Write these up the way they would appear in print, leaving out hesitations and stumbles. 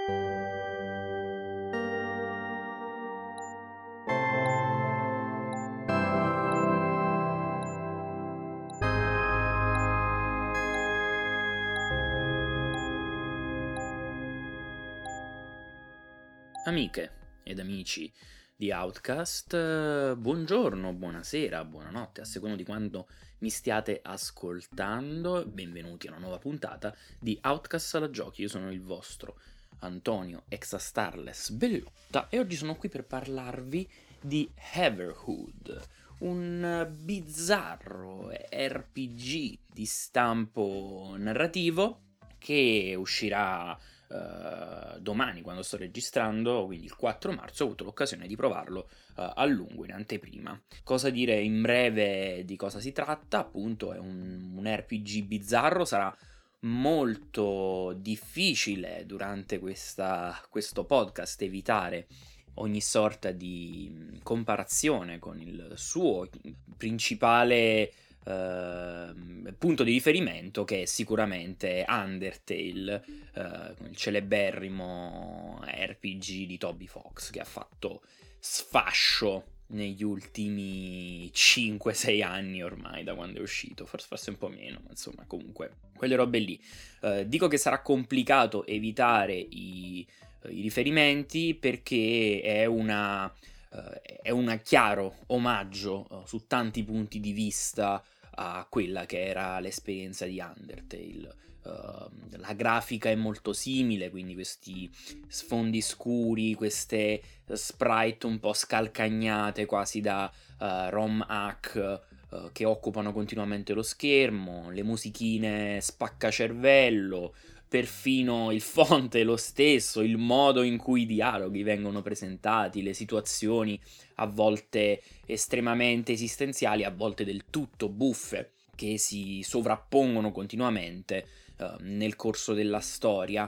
Amiche ed amici di Outcast, buongiorno, buonasera, buonanotte, a seconda di quando mi stiate ascoltando. Benvenuti a una nuova puntata di Outcast Sala Giochi. Io sono il vostro Antonio Exa Starless Bellotta e oggi sono qui per parlarvi di Everhood, un bizzarro RPG di stampo narrativo che uscirà domani, quando sto registrando, quindi il 4 marzo, ho avuto l'occasione di provarlo a lungo in anteprima. Cosa dire in breve di cosa si tratta? Appunto è un RPG bizzarro, sarà molto difficile durante questo podcast evitare ogni sorta di comparazione con il suo principale punto di riferimento, che è sicuramente Undertale, il celeberrimo RPG di Toby Fox, che ha fatto sfascio negli ultimi 5-6 anni ormai, da quando è uscito, forse un po' meno, ma insomma comunque quelle robe lì. Dico che sarà complicato evitare i riferimenti perché è un chiaro omaggio su tanti punti di vista a quella che era l'esperienza di Undertale. La grafica è molto simile, quindi questi sfondi scuri, queste sprite un po' scalcagnate quasi da ROM hack che occupano continuamente lo schermo, le musichine spaccacervello, perfino il font è lo stesso, il modo in cui i dialoghi vengono presentati, le situazioni a volte estremamente esistenziali, a volte del tutto buffe, che si sovrappongono continuamente nel corso della storia,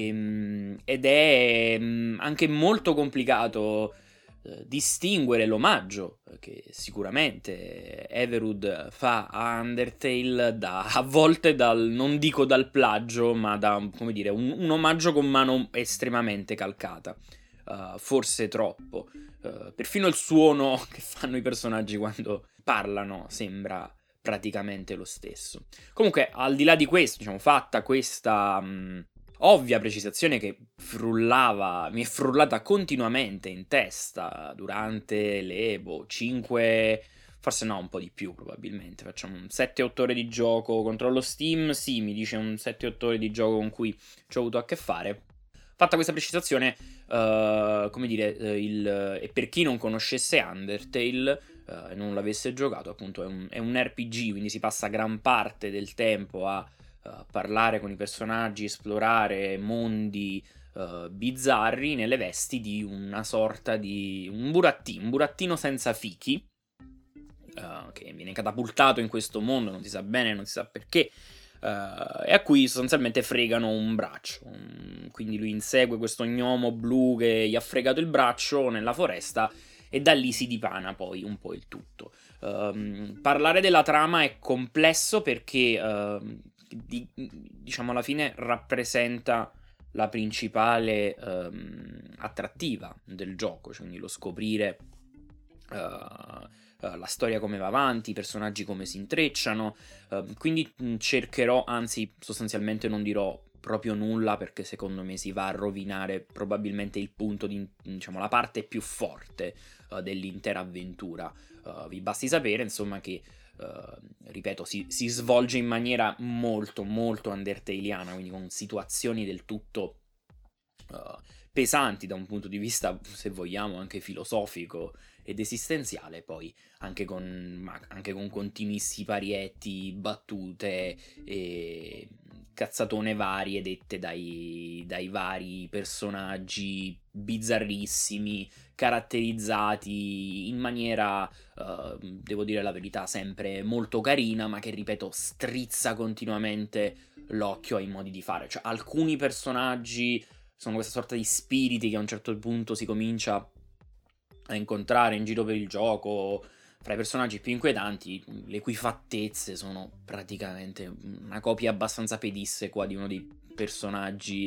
ed è anche molto complicato distinguere l'omaggio che sicuramente Everhood fa a Undertale a volte non dico dal plagio, ma da, come dire, un omaggio con mano estremamente calcata, forse troppo. Perfino il suono che fanno i personaggi quando parlano sembra praticamente lo stesso. Comunque, al di là di questo, diciamo, fatta questa ovvia precisazione che mi è frullata continuamente in testa durante le 5, forse no, un po' di più probabilmente, facciamo un 7-8 ore di gioco, controllo Steam, sì, mi dice un 7-8 ore di gioco con cui ci ho avuto a che fare. Fatta questa precisazione, come dire, e per chi non conoscesse Undertale e non l'avesse giocato, appunto è un RPG, quindi si passa gran parte del tempo a parlare con i personaggi, esplorare mondi bizzarri nelle vesti di una sorta di un burattino senza fichi, che viene catapultato in questo mondo, non si sa bene, non si sa perché, e a cui sostanzialmente fregano un braccio. Quindi lui insegue questo gnomo blu che gli ha fregato il braccio nella foresta e da lì si dipana poi un po' il tutto. Parlare della trama è complesso perché diciamo alla fine rappresenta la principale attrattiva del gioco, cioè quindi lo scoprire la storia come va avanti, i personaggi come si intrecciano, quindi cercherò, anzi sostanzialmente non dirò proprio nulla perché secondo me si va a rovinare probabilmente il punto di, diciamo, la parte più forte dell'intera avventura. Vi basti sapere insomma che ripeto, si svolge in maniera molto molto undertaliana, quindi con situazioni del tutto pesanti da un punto di vista, se vogliamo, anche filosofico ed esistenziale, poi anche con continuisti parietti, battute e cazzatone varie dette dai vari personaggi bizzarrissimi, caratterizzati in maniera, devo dire la verità, sempre molto carina, ma che, ripeto, strizza continuamente l'occhio ai modi di fare. Cioè, alcuni personaggi sono questa sorta di spiriti che a un certo punto si comincia a incontrare in giro per il gioco, fra i personaggi più inquietanti, le cui fattezze sono praticamente una copia abbastanza pedissequa di uno dei personaggi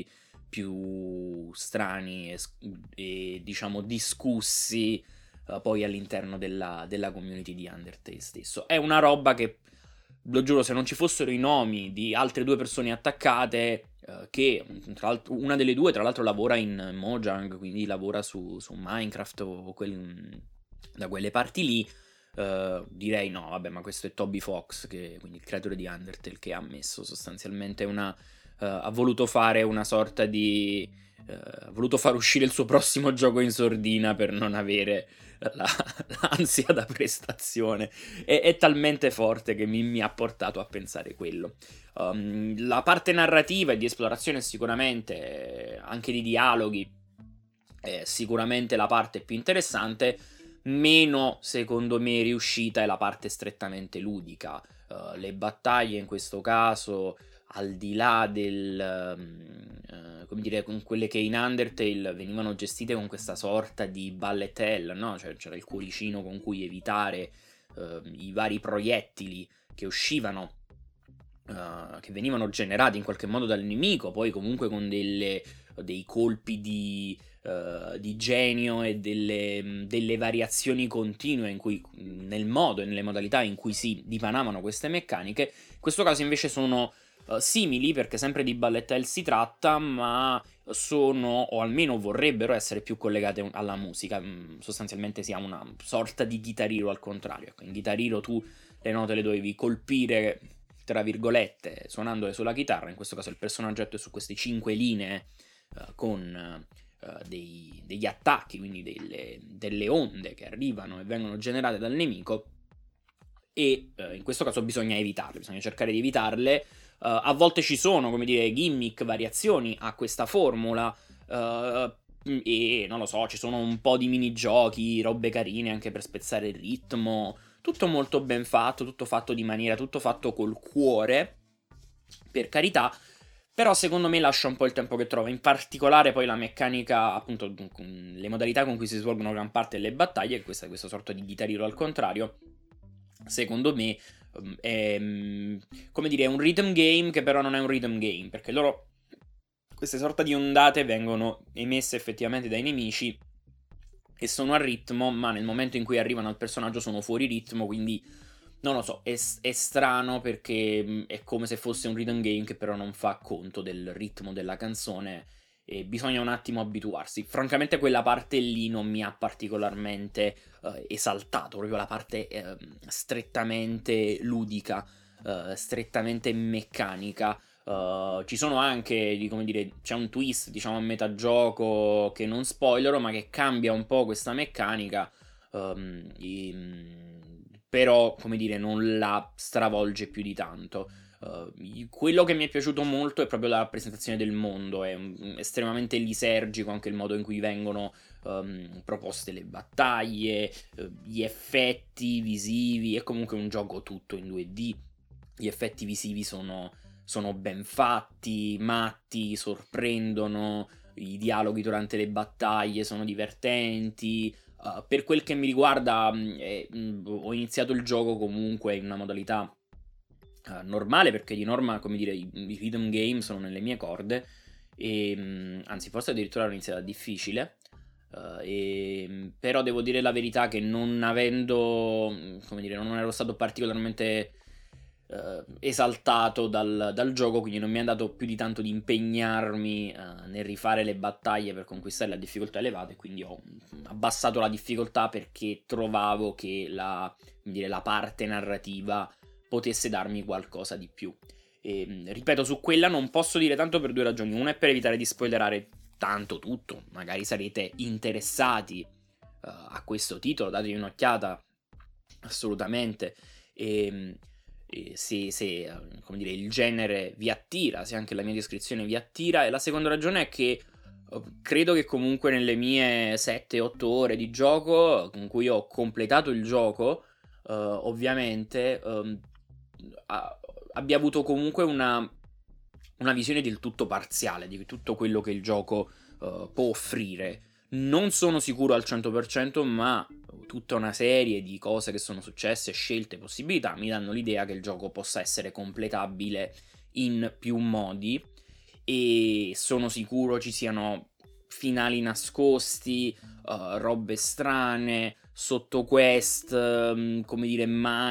più strani e diciamo discussi poi all'interno della community di Undertale stesso. È una roba che, lo giuro, se non ci fossero i nomi di altre 2 persone attaccate, che tra l'altro una delle 2 tra l'altro lavora in Mojang, quindi lavora su Minecraft o da quelle parti lì, direi no, vabbè, ma questo è Toby Fox, quindi il creatore di Undertale, che ha messo sostanzialmente ha voluto fare una sorta di ha voluto far uscire il suo prossimo gioco in sordina per non avere l'ansia da prestazione. È talmente forte che mi ha portato a pensare quello. La parte narrativa e di esplorazione sicuramente, anche di dialoghi, è sicuramente la parte più interessante. Meno, secondo me, riuscita è la parte strettamente ludica. Le battaglie in questo caso, al di là come dire, con quelle che in Undertale venivano gestite con questa sorta di bullet hell, no? Cioè, c'era il cuoricino con cui evitare i vari proiettili che uscivano, che venivano generati in qualche modo dal nemico, poi comunque con dei colpi di genio e delle variazioni continue nel modo e nelle modalità in cui si dipanavano queste meccaniche. In questo caso invece sono simili, perché sempre di bullet hell si tratta, ma sono, o almeno vorrebbero essere, più collegate alla musica. Sostanzialmente si ha una sorta di Guitar Hero al contrario. Ecco, in Guitar Hero tu le note le dovevi colpire, tra virgolette, suonandole sulla chitarra. In questo caso il personaggetto è su queste 5 linee con degli attacchi, quindi delle onde che arrivano e vengono generate dal nemico, e in questo caso bisogna evitarle, bisogna cercare di evitarle. A volte ci sono, come dire, gimmick, variazioni a questa formula, e non lo so, ci sono un po' di minigiochi, robe carine anche per spezzare il ritmo. Tutto molto ben fatto, tutto fatto di maniera, tutto fatto col cuore, per carità. Però secondo me lascia un po' il tempo che trova, in particolare poi la meccanica, appunto, le modalità con cui si svolgono gran parte delle battaglie, questa sorta di Guitar Hero al contrario, secondo me è, come dire, un rhythm game che però non è un rhythm game, perché queste sorta di ondate vengono emesse effettivamente dai nemici e sono a ritmo, ma nel momento in cui arrivano al personaggio sono fuori ritmo, quindi non lo so, è strano, perché è come se fosse un rhythm game che però non fa conto del ritmo della canzone e bisogna un attimo abituarsi. Francamente quella parte lì non mi ha particolarmente esaltato, proprio la parte strettamente ludica, strettamente meccanica. Ci sono anche, come dire, c'è un twist, diciamo, a metà gioco che non spoilerò, ma che cambia un po' questa meccanica, però, come dire, non la stravolge più di tanto. Quello che mi è piaciuto molto è proprio la rappresentazione del mondo, è estremamente lisergico anche il modo in cui vengono proposte le battaglie, gli effetti visivi. È comunque un gioco tutto in 2D, gli effetti visivi sono ben fatti, matti, sorprendono, i dialoghi durante le battaglie sono divertenti. Per quel che mi riguarda, ho iniziato il gioco comunque in una modalità normale, perché di norma, come dire, i rhythm game sono nelle mie corde, e anzi forse addirittura l'ho iniziata difficile, però devo dire la verità che non avendo, come dire, non ero stato particolarmente esaltato dal gioco, quindi non mi è andato più di tanto di impegnarmi nel rifare le battaglie per conquistare la difficoltà elevata, e quindi ho abbassato la difficoltà perché trovavo che la parte narrativa potesse darmi qualcosa di più. E, ripeto, su quella non posso dire tanto per 2 ragioni. Una è per evitare di spoilerare tanto tutto, magari sarete interessati a questo titolo, datevi un'occhiata assolutamente, e se come dire, il genere vi attira, se anche la mia descrizione vi attira. E la seconda ragione è che credo che comunque nelle mie 7-8 ore di gioco, con cui ho completato il gioco, ovviamente abbia avuto comunque una visione del tutto parziale di tutto quello che il gioco può offrire. Non sono sicuro al 100%, ma tutta una serie di cose che sono successe, scelte, possibilità, mi danno l'idea che il gioco possa essere completabile in più modi. e sono sicuro ci siano finali nascosti, robe strane, sottoquest, come dire,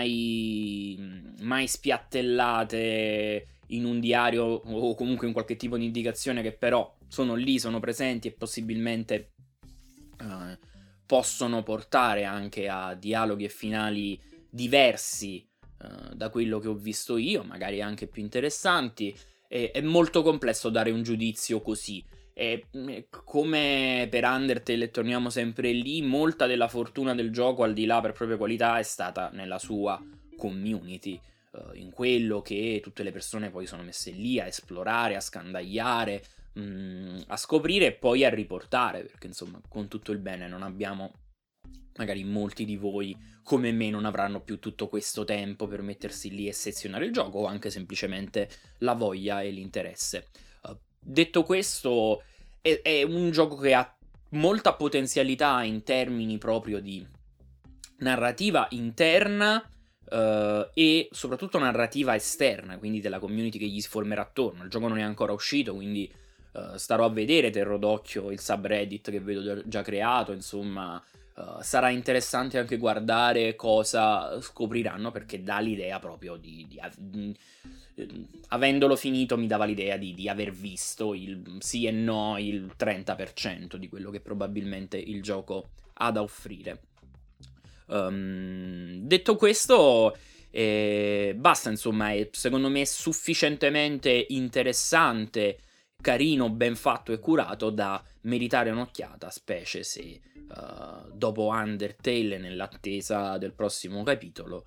mai spiattellate in un diario o comunque in qualche tipo di indicazione, che però sono lì, sono presenti e possibilmente possono portare anche a dialoghi e finali diversi da quello che ho visto io, magari anche più interessanti. È molto complesso dare un giudizio così. E come per Undertale, e torniamo sempre lì, molta della fortuna del gioco, al di là per proprie qualità, è stata nella sua community, in quello che tutte le persone poi sono messe lì a esplorare, a scandagliare, a scoprire e poi a riportare, perché insomma, con tutto il bene, non abbiamo, magari molti di voi come me non avranno più tutto questo tempo per mettersi lì e sezionare il gioco, o anche semplicemente la voglia e l'interesse. Detto questo, è un gioco che ha molta potenzialità in termini proprio di narrativa interna e soprattutto narrativa esterna, quindi della community che gli si formerà attorno. Il gioco non è ancora uscito, quindi starò a vedere, terrò d'occhio il subreddit che vedo già creato, insomma. Sarà interessante anche guardare cosa scopriranno, perché dà l'idea proprio avendolo finito mi dava l'idea di aver visto il sì e no, il 30% di quello che probabilmente il gioco ha da offrire. Detto questo, basta, insomma, è secondo me sufficientemente interessante, carino, ben fatto e curato da meritare un'occhiata, specie se dopo Undertale, nell'attesa del prossimo capitolo,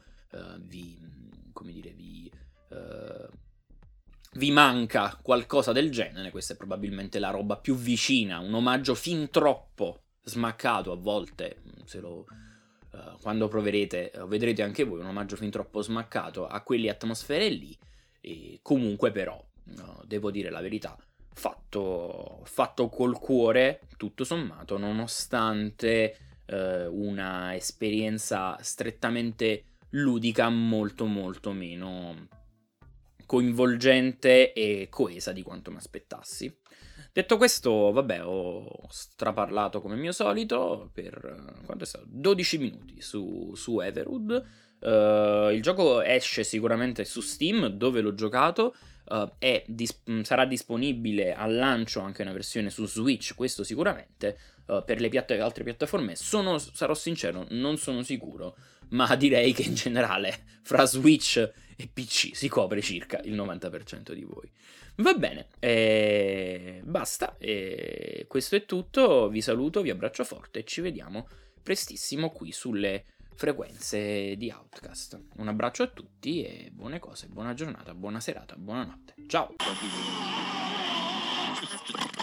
vi manca qualcosa del genere. Questa è probabilmente la roba più vicina, un omaggio fin troppo smaccato a volte, quando proverete, vedrete anche voi un omaggio fin troppo smaccato a quelle atmosfere lì, e comunque però, devo dire la verità, fatto col cuore, tutto sommato, nonostante una esperienza strettamente ludica molto molto meno coinvolgente e coesa di quanto mi aspettassi. Detto questo, vabbè, ho straparlato come mio solito per quanto è stato? 12 minuti su Everwood. Il gioco esce sicuramente su Steam, dove l'ho giocato. Sarà disponibile al lancio anche una versione su Switch, questo sicuramente. Per le altre piattaforme sarò sincero, non sono sicuro, ma direi che in generale fra Switch e PC si copre circa il 90% di voi. Va bene, basta, questo è tutto, vi saluto, vi abbraccio forte e ci vediamo prestissimo qui sulle frequenze di Outcast. Un abbraccio a tutti e buone cose, buona giornata, buona serata, buonanotte. Ciao!